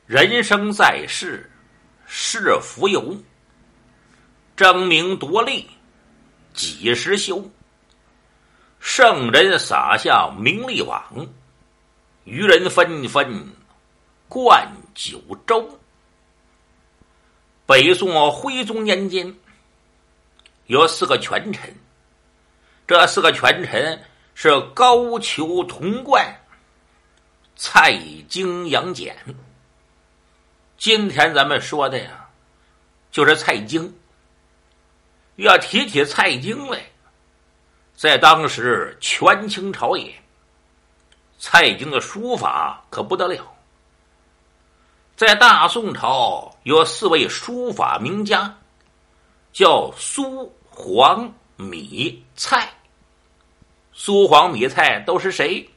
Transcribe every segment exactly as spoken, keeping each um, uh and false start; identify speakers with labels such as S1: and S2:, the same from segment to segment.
S1: 人生在世，是福有，争名夺利，几时休？圣人撒下名利网，愚人纷纷灌九州。北宋徽宗年间，有四个权臣，这四个权臣是高俅、童贯、蔡京、杨戬。今天咱们说的呀，就是蔡京。要提起蔡京来，在当时权倾朝野，蔡京的书法可不得了。在大宋朝有四位书法名家，叫苏、黄、米、蔡。苏、黄、米、蔡都是谁？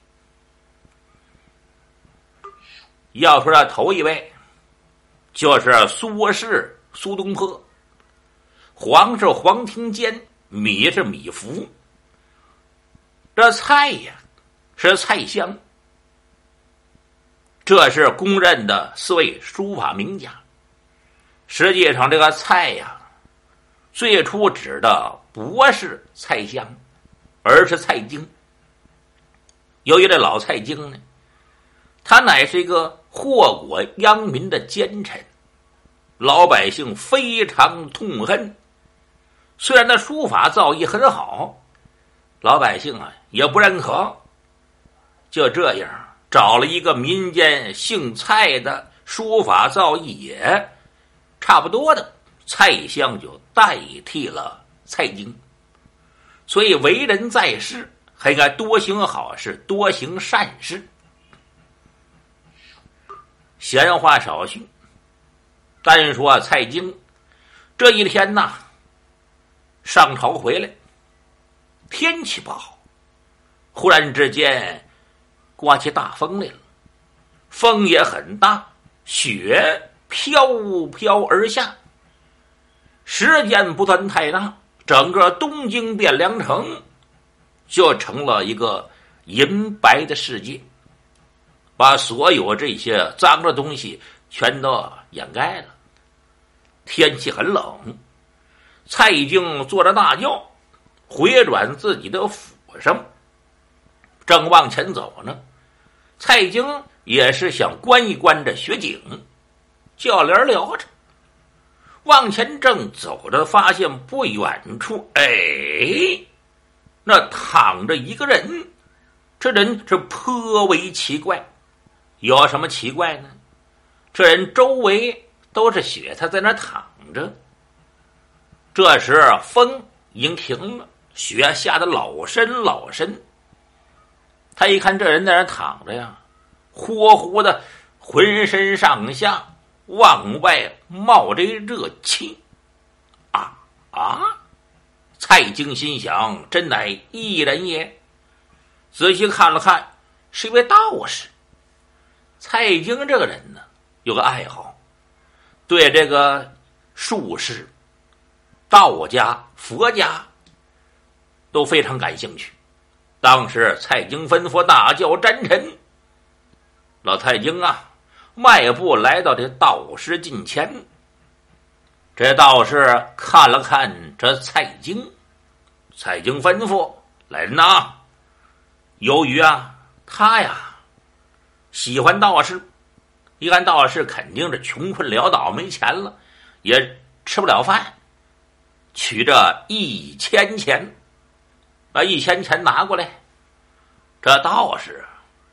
S1: 要说这头一位，就是苏轼、苏东坡。黄是黄庭坚，米是米芾。这蔡呀，是蔡襄。这是公认的四位书法名家。实际上这个蔡呀，最初指的不是蔡襄，而是蔡京。由于这老蔡京呢，他乃是一个祸国殃民的奸臣，老百姓非常痛恨。虽然他书法造诣很好，老百姓啊也不认可。就这样找了一个民间姓蔡的，书法造诣也差不多的蔡襄，就代替了蔡京。所以为人在世，还应该多行好事，多行善事。闲话少叙，单说蔡京这一天呐，上朝回来，天气不好，忽然之间刮起大风来了，风也很大，雪飘飘而下。时间不算太大，整个东京汴梁城就成了一个银白的世界，把所有这些脏的东西全都掩盖了。天气很冷，蔡京坐着大轿回转自己的府上，正往前走呢。蔡京也是想观一观这雪景，轿帘撩着往前正走着，发现不远处，哎，那躺着一个人。这人是颇为奇怪。有什么奇怪呢？这人周围都是雪，他在那躺着。这时风已经停了，雪下得老深老深。他一看这人在那躺着呀，呼呼的浑身上下往外冒着热气。啊啊！蔡京心想，真乃异人也。仔细看了看，是一位道士。蔡京这个人呢，有个爱好，对这个术士、道家、佛家都非常感兴趣。当时蔡京吩咐大轿沾尘，老蔡京啊，迈步来到这道士近前。这道士看了看这蔡京，蔡京吩咐：“来人呐！由于啊，他呀喜欢道士，一看道士肯定是穷困潦倒，没钱了，也吃不了饭，取这一千钱，把一千钱拿过来。”这道士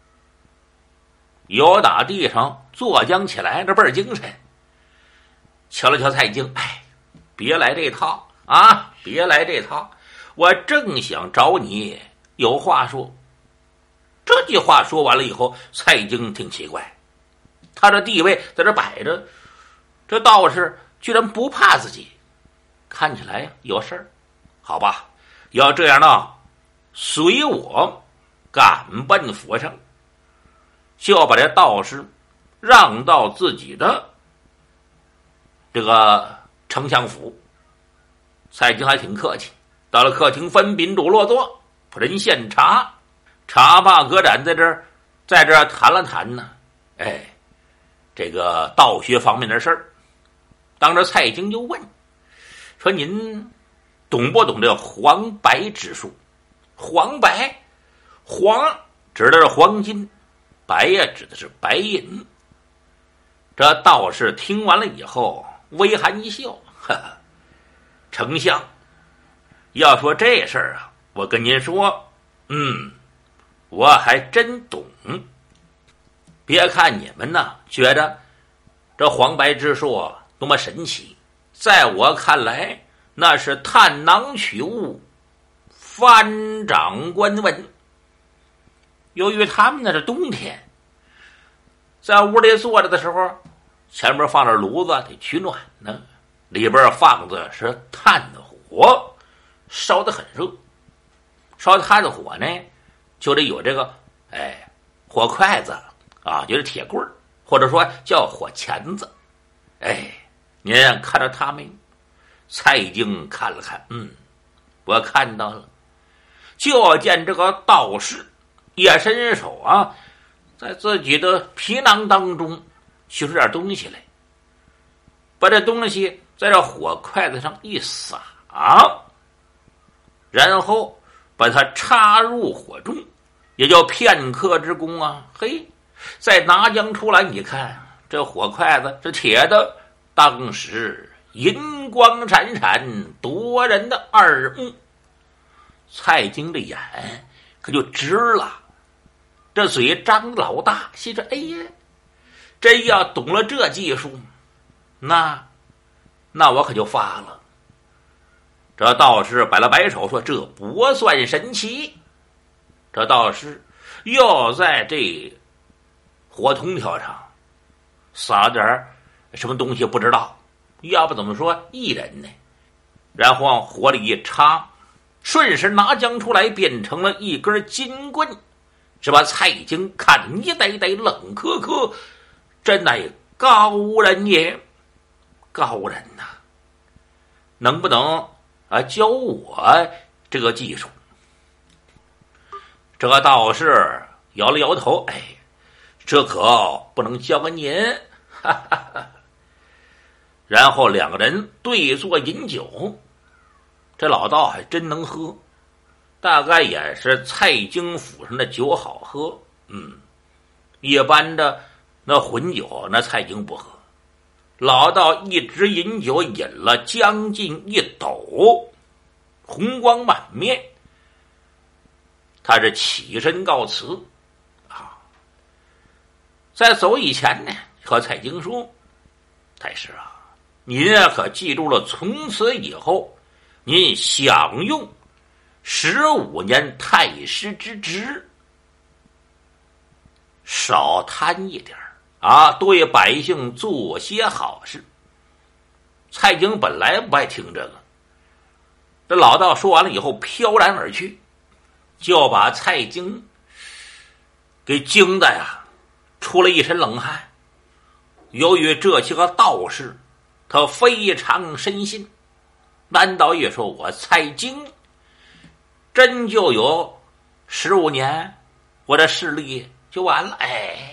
S1: 由打地上坐将起来，这倍儿精神。瞧了瞧蔡京，哎，别来这套啊，别来这套，我正想找你有话说。这句话说完了以后，蔡京挺奇怪，他这地位在这摆着，这道士居然不怕自己，看起来有事儿。好吧，要这样呢，随我赶奔府上，就把这道士让到自己的这个丞相府。蔡京还挺客气，到了客厅，分宾主落座，仆人献茶。茶罢隔盏，在这儿在这儿谈了谈呢。哎， 这个道学方面的事儿。当着蔡京就问说：“您懂不懂这黄白之术？”黄白，黄指的是黄金，白呀指的是白银。这道士听完了以后微含一笑，呵呵，丞相，要说这事儿啊，我跟您说，嗯，我还真懂。别看你们呢觉得这黄白之术多么神奇，在我看来那是探囊取物，翻掌观文。由于他们那是冬天，在屋里坐着的时候，前面放着炉子得取暖呢，里边放的是炭的火，烧得很热。烧炭的火呢，就得有这个哎火筷子啊，就是铁棍儿，或者说叫火钳子。哎，您看着他没有？蔡京看了看，嗯，我看到了。就见这个道士也伸手啊，在自己的皮囊当中取出点东西来，把这东西在这火筷子上一撒，然后把它插入火中，也就片刻之功啊。嘿，再拿将出来，你看这火筷子是铁的，当时银光闪闪，夺人的耳目。蔡京的眼可就直了，这嘴张老大，心说：“哎呀，真要懂了这技术，那那我可就发了。”这道士摆了摆手说：“这不算神奇。”这道士又在这火铜条上撒点什么东西，不知道，要不怎么说一人呢？然后往火里一插，顺势拿将出来，变成了一根金棍，是把蔡京看一呆呆，冷磕磕，真乃高人也，高人呐、啊！能不能啊教我这个技术？这个道士摇了摇头，哎，这可不能教给您。哈哈哈。然后两个人对坐饮酒。这老道还真能喝，大概也是蔡京府上的酒好喝。嗯，一般的那混酒，那蔡京不喝。老道一直饮酒，饮了将近一斗，红光满面。他是起身告辞啊，在走以前呢，和蔡京说：“太师啊，您可记住了，从此以后。”您享用十五年太师之职，少贪一点啊，对百姓做些好事。蔡京本来不爱听这个，这老道说完了以后飘然而去，就把蔡京给惊的呀，出了一身冷汗。由于这些个道士，他非常深信。难道一说我蔡京真就有十五年，我的势力就完了？哎，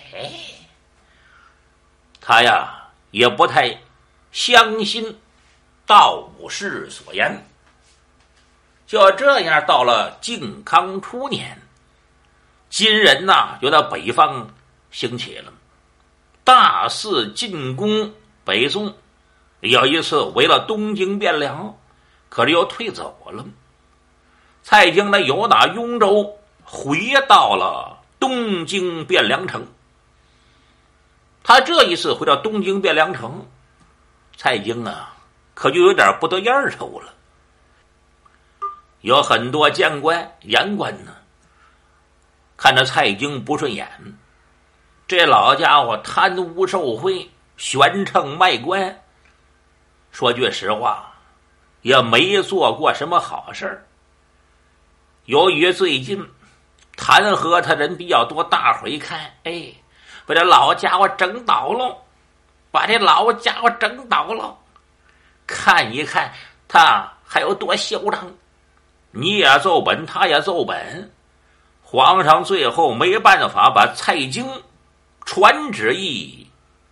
S1: 他呀也不太相信道士所言。就这样，到了靖康初年，金人呐就到北方兴起了，大肆进攻北宋。有一次围了东京汴梁，可是又退走了。蔡京呢由打雍州回到了东京汴梁城。他这一次回到东京汴梁城，蔡京啊可就有点不得烟抽了。有很多将官言官呢看着蔡京不顺眼，这老家伙贪污受贿，悬秤卖官，说句实话也没做过什么好事儿。由于最近弹劾他人比较多，大伙一看，哎，把这老家伙整倒了，把这老家伙整倒了。看一看他还有多嚣张，你也奏本，他也奏本。皇上最后没办法，把蔡京传旨意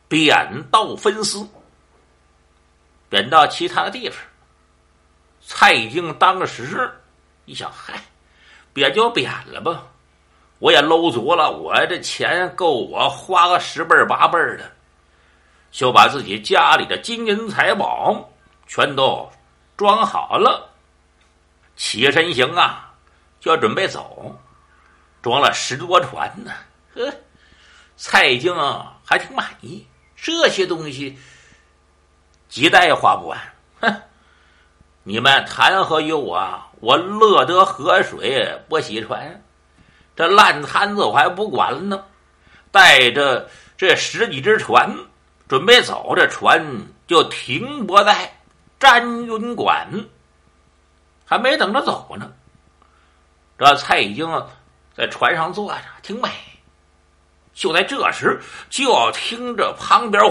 S1: 贬到分司，贬到其他的地方。蔡京当时一想，嗨，贬就贬了吧，我也搂足了，我这钱够我花个十倍八倍的，就把自己家里的金银财宝全都装好了，起身行啊，就要准备走，装了十多船呢。呵，蔡京还挺满意，这些东西几代也花不完。哼，你们谈何于我啊？我乐得河水不洗船，这烂摊子我还不管呢。带着这十几只船准备走，这船就停泊在占云馆，还没等着走呢。这蔡京在船上坐着挺美，就在这时，就要听着旁边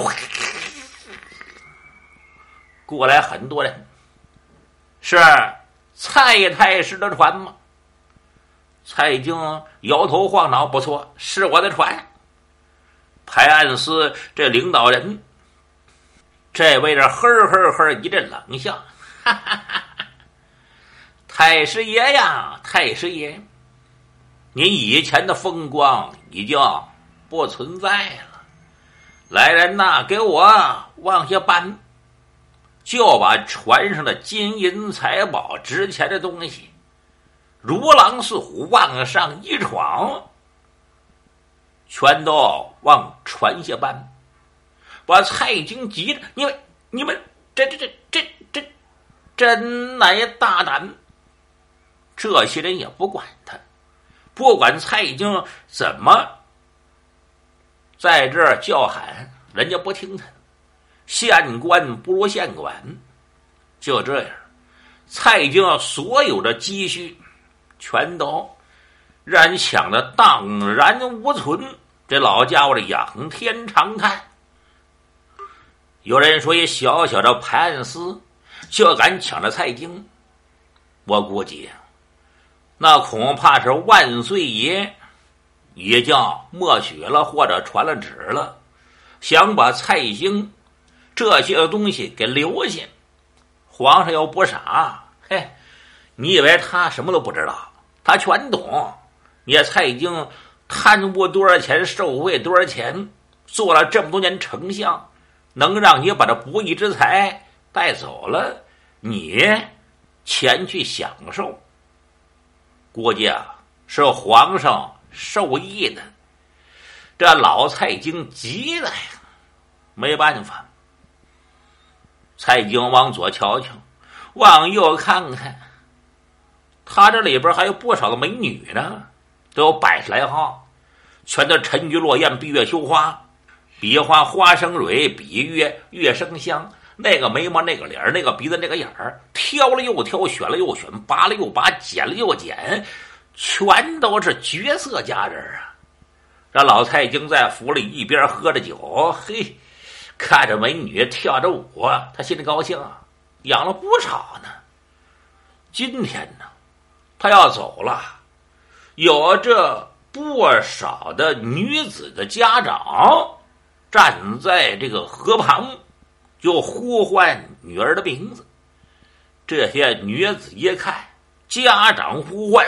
S1: 过来很多人，是蔡太师的船吗？蔡京摇头晃脑，不错，是我的船。排案司这领导人，这位是呵呵呵一阵冷笑，哈哈哈哈，太师爷呀，太师爷，您以前的风光已经不存在了。来人呐，给我往下搬，就把船上的金银财宝、值钱的东西，如狼似虎往上一闯，全都往船下搬。把蔡京急着，你们你们这这这这这真乃大胆！这些人也不管他，不管蔡京怎么在这儿叫喊，人家不听他。县官不如县管，就这样，蔡京所有的积蓄全都让人抢得荡然无存。这老家伙的仰天长叹。有人说，一小小的排案司就敢抢着蔡京，我估计那恐怕是万岁爷已经默许了或者传了旨了，想把蔡京这些东西给留下。皇上又不傻，嘿，你以为他什么都不知道？他全懂。你蔡京贪污多少钱，受贿多少钱，做了这么多年丞相，能让你把这不义之财带走了，你前去享受，估计啊是皇上授意的。这老蔡京急了呀，没办法。蔡京往左瞧瞧，往右看看，他这里边还有不少的美女呢，都有百十来号，全都沉鱼落雁，闭月羞花。比划花生蕊，比月月生香，那个眉毛，那个脸，那个鼻子，那个眼儿，挑了又挑，选了又选，拔了又拔，剪了又剪，全都是绝色佳人啊！这老蔡京在府里一边喝着酒，嘿，看着美女跳着舞，他心里高兴啊，养了不少呢。今天呢，他要走了，有这不少的女子的家长站在这个河旁，就呼唤女儿的名字。这些女子一看家长呼唤，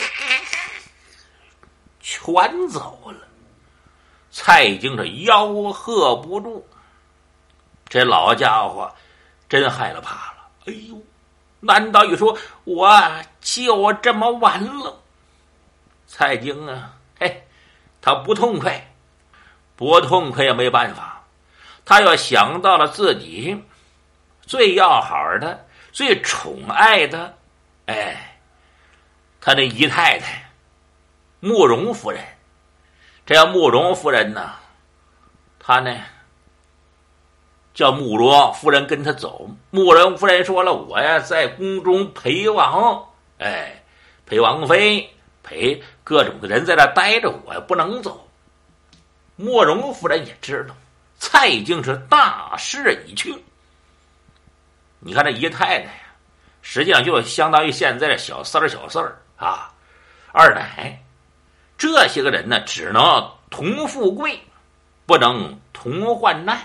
S1: 全走了。蔡京这吆喝不住，这老家伙真害了怕了。哎呦，难道你说我就这么完了？蔡京啊，嘿，他不痛快。不痛快也没办法，他又想到了自己最要好的、最宠爱的，哎，他的姨太太慕容夫人。这慕容夫人呢，她呢叫慕容夫人跟他走。慕容夫人说了，我呀在宫中陪王，哎，陪王妃，陪各种的人在那待着，我也不能走。慕容夫人也知道蔡京是大势已去。你看这姨太太呀，实际上就相当于现在的小三儿小四儿啊，二奶，这些个人呢只能同富贵， 不能同患难。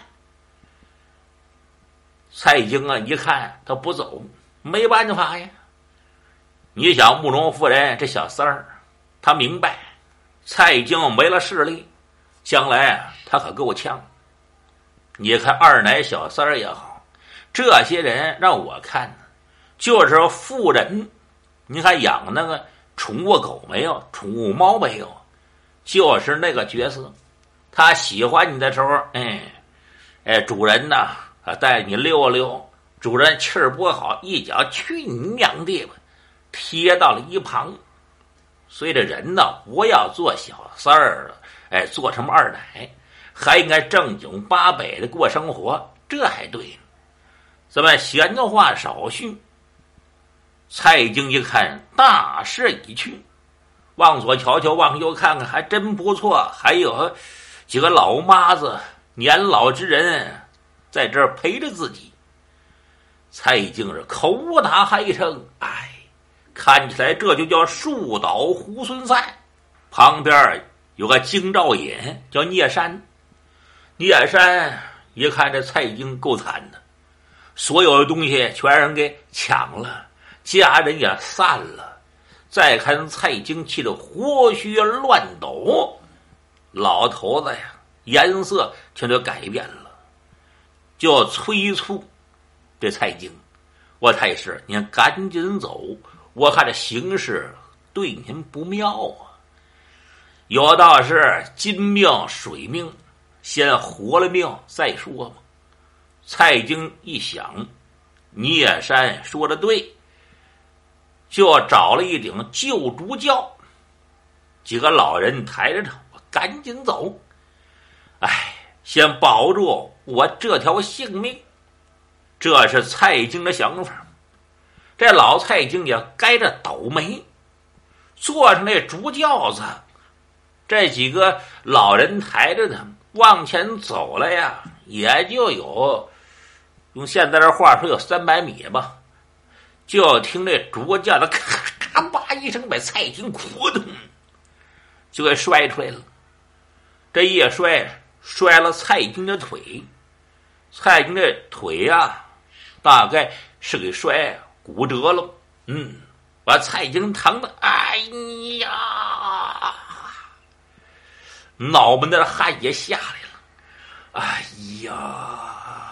S1: 蔡京啊，一看他不走，没办法呀。你想慕容夫人这小三儿，他明白蔡京没了势力，将来他可够呛。你看二奶小三儿也好，这些人让我看就是富人。你看养那个宠物狗没有，宠物猫没有，就是那个角色。他喜欢你的时候，哎哎，主人呐啊，带你溜溜，主人气儿不好，一脚去你娘的吧，贴到了一旁。所以这人呢，不要做小三儿了，哎，做什么二奶，还应该正经八百的过生活，这还对。咱们闲话少叙。蔡京一看大势已去，往左瞧瞧，往右看看，还真不错，还有几个老妈子年老之人在这儿陪着自己。蔡京是口打嗨声，哎，看起来这就叫树倒猢狲散。旁边有个京兆尹叫聂山，聂山一看这蔡京够惨的，所有的东西全让人给抢了，家人也散了。再看蔡京气得活血乱抖，老头子呀，颜色全都改变了，就催促这蔡京：“我太师，您赶紧走，我看这形势对您不妙啊。有道是金命水命，先活了命再说嘛。”蔡京一想，聂山说的对，就找了一顶旧竹轿，几个老人抬着他，我赶紧走。哎，先保住我这条性命，这是蔡京的想法。这老蔡京也该着倒霉，坐上那竹轿子，这几个老人抬着他往前走了呀，也就有用现在的话说有三百米吧。就听这竹架的咔咔吧一声，把蔡京扑通就给摔出来了。这一摔，摔了蔡京的腿。蔡京这腿呀、啊，大概是给摔骨折了。嗯，把蔡京疼的，哎呀，脑门的汗也下来了。哎呀，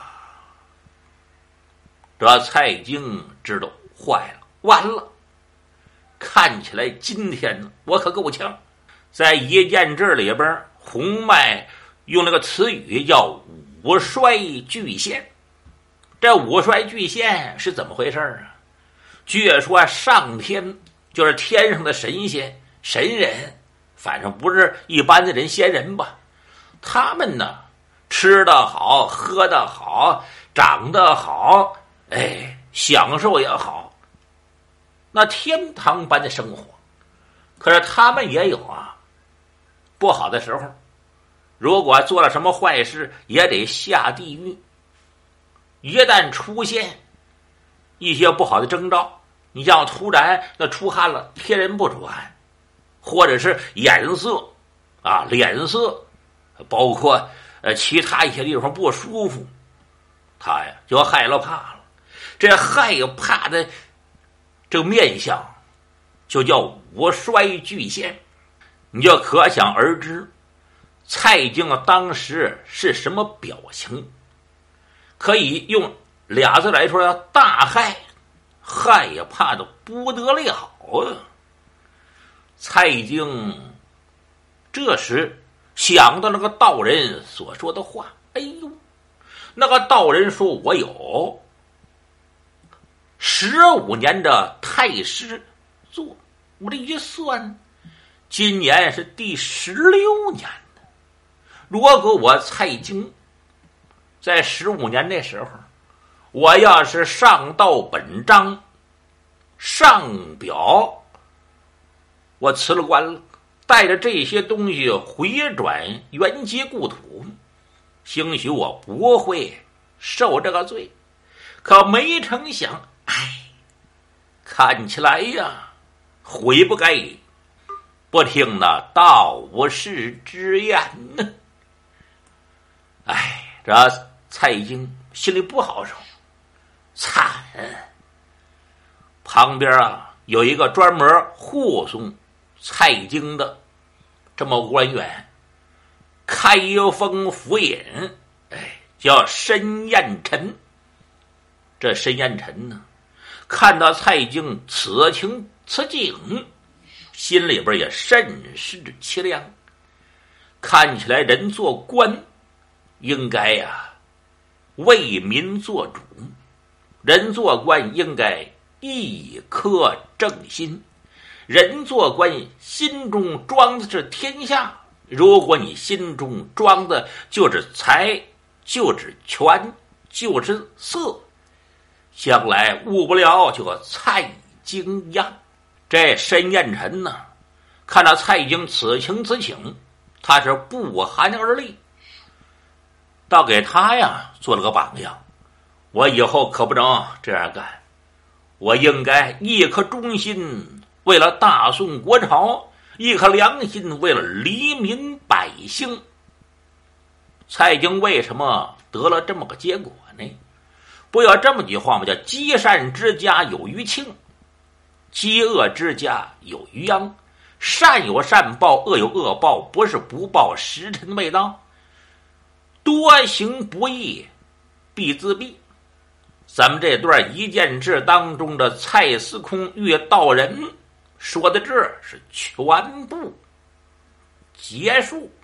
S1: 这蔡京知道坏了，完了！看起来今天呢，我可够呛。在一剑志里边，洪迈用那个词语叫五衰巨现。这五衰巨现是怎么回事啊？据说上天就是天上的神仙神人，反正不是一般的人仙人吧，他们呢吃得好，喝得好，长得好，哎，享受也好，那天堂般的生活。可是他们也有啊不好的时候，如果做了什么坏事也得下地狱。一旦出现一些不好的征兆，你像突然那出汗了，天人不转，或者是眼色啊、脸色，包括呃其他一些地方不舒服，他呀就害了怕了。这害怕的这个面相就叫五衰巨现。你就可想而知蔡京当时是什么表情。可以用俩字来说，要大害，害也怕的不得了啊！蔡京这时想到那个道人所说的话，哎呦，那个道人说我有十五年的太师座，我这一算，今年是第十六年了。如果我蔡京在十五年那时候，我要是上到本章上表，我辞了官了，带着这些东西回转原籍故土，兴许我不会受这个罪。可没成想，哎，看起来呀，悔不该不听那道士之言呢。 这蔡京心里不好受，惨！旁边啊有一个专门护送蔡京的这么官员，开封府尹，哎，叫申彦臣。这申彦臣呢，看到蔡京此情此景，心里边也甚是凄凉。看起来人做官应该呀、啊、为民做主，人做官应该一颗正心，人做官心中装的是天下，如果你心中装的就是财，就是权，就是色，将来误不了就和蔡京一样。这申彦臣呢，看到蔡京此情此景，他是不寒而栗，倒给他呀做了个榜样。我以后可不能这样干，我应该一颗忠心为了大宋国朝，一颗良心为了黎民百姓。蔡京为什么得了这么个结果呢？不有这么句话吗？叫积善之家有余庆，积恶之家有余殃。善有善报，恶有恶报，不是不报，时辰未到。多行不义必自毙。咱们这段一件志当中的蔡司空遇道人说的这是全部结束。